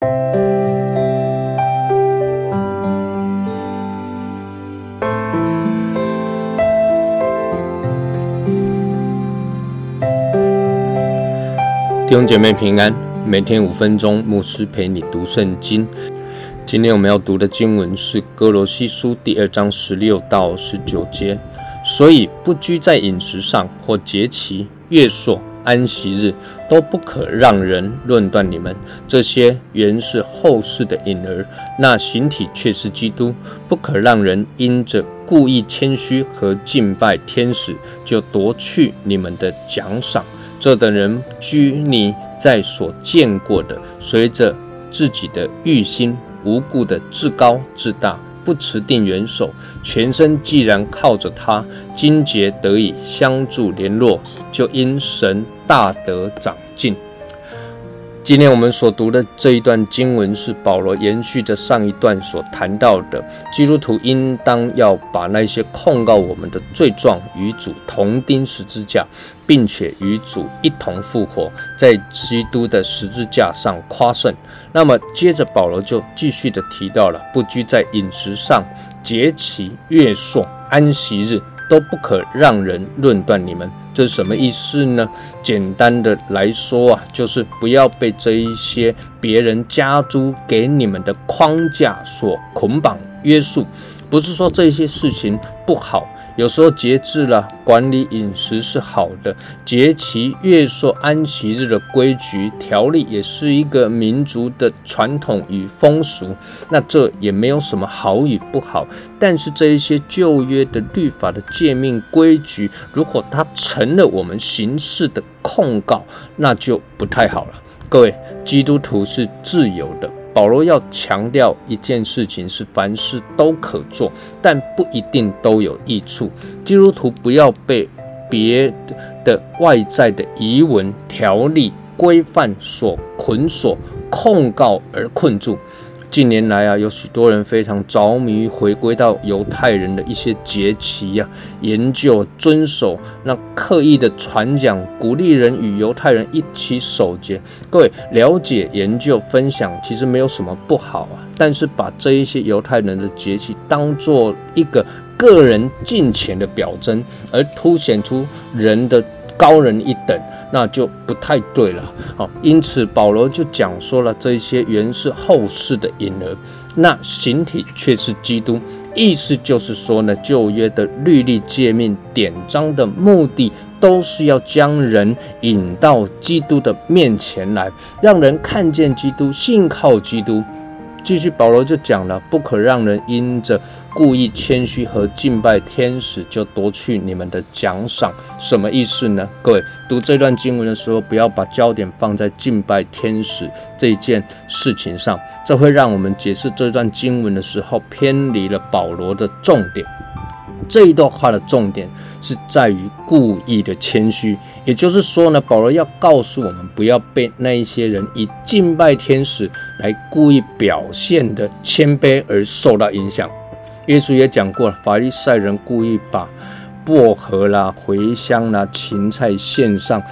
弟兄姐妹平安，每天5分钟，牧师陪你读圣经。今天我们要读的经文是哥罗西书第2章16到19节。所以不拘在饮食上或节期、月朔、安息日，都不可让人论断你们。这些原是后世的影儿，那形体却是基督。不可让人因着故意谦虚和敬拜天使，就夺去你们的奖赏。这等人拘泥在所见过的，随着自己的欲心，无故的自高自大，不持定元首，全身既然靠着他，筋节得以相助联络，就因神大得长进。今天我们所读的这一段经文是保罗延续着上一段所谈到的，基督徒应当要把那些控告我们的罪状与主同钉十字架，并且与主一同复活，在基督的十字架上夸胜。那么接着保罗就继续的提到了，不拘在饮食上、节期、月朔、安息日，都不可让人论断你们。这是什么意思呢？简单的来说就是不要被这一些别人加诸给你们的框架所捆绑约束。不是说这些事情不好，有时候节制了，管理饮食是好的，节期、月朔、安息日的规矩条例也是一个民族的传统与风俗，那这也没有什么好与不好。但是这一些旧约的律法的诫命规矩，如果它成了我们行事的控告，那就不太好了。各位，基督徒是自由的。保罗要强调一件事情是，凡事都可做，但不一定都有益处。基督徒不要被别的外在的仪文、条例、规范所捆锁、控告而困住。近年来有许多人非常着迷于回归到犹太人的一些节期研究遵守，那刻意的传讲，鼓励人与犹太人一起守节。各位，了解、研究、分享其实没有什么不好但是把这一些犹太人的节期当作一个个人敬虔的表征，而凸显出人的高人一等，那就不太对了。因此保罗就讲说了，这些原是后世的影儿，那形体却是基督。意思就是说呢，旧约的律例诫命典章的目的，都是要将人引到基督的面前来，让人看见基督，信靠基督。继续保罗就讲了，不可让人因着故意谦虚和敬拜天使，就夺去你们的奖赏。什么意思呢？各位读这段经文的时候，不要把焦点放在敬拜天使这件事情上，这会让我们解释这段经文的时候偏离了保罗的重点。这一段话的重点是在于故意的谦虚，也就是说呢，保罗要告诉我们，不要被那一些人以敬拜天使来故意表现的谦卑而受到影响。耶稣也讲过了，法利赛人故意把薄荷啦、茴香啦、芹菜献上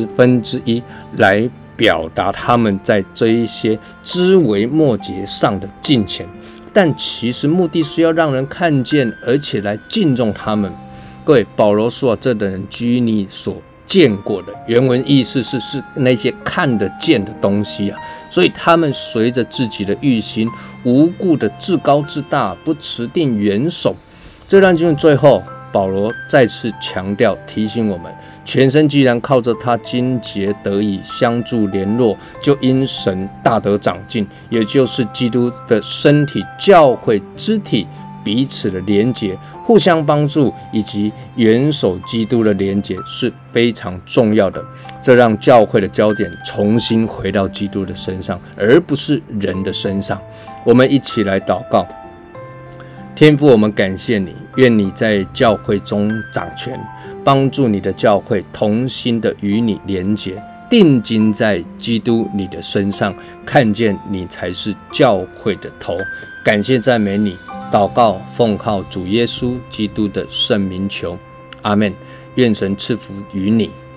1/10来表达他们在这一些枝微末节上的敬虔，但其实目的是要让人看见，而且来敬重他们。各位，保罗说这等人拘泥所见过的，原文意思是那些看得见的东西所以他们随着自己的欲心，无故的自高自大，不持定元首。这段经文最后，保罗再次强调提醒我们，全身既然靠着他，筋节得以相助联络，就因神大得长进，也就是基督的身体教会肢体彼此的连结，互相帮助，以及元首基督的连结是非常重要的。这让教会的焦点重新回到基督的身上，而不是人的身上。我们一起来祷告。天父，我们感谢你，愿你在教会中掌权，帮助你的教会同心的与你连结，定睛在基督你的身上，看见你才是教会的头。感谢赞美你，祷告奉靠主耶稣基督的圣名求，阿们。愿神赐福于你。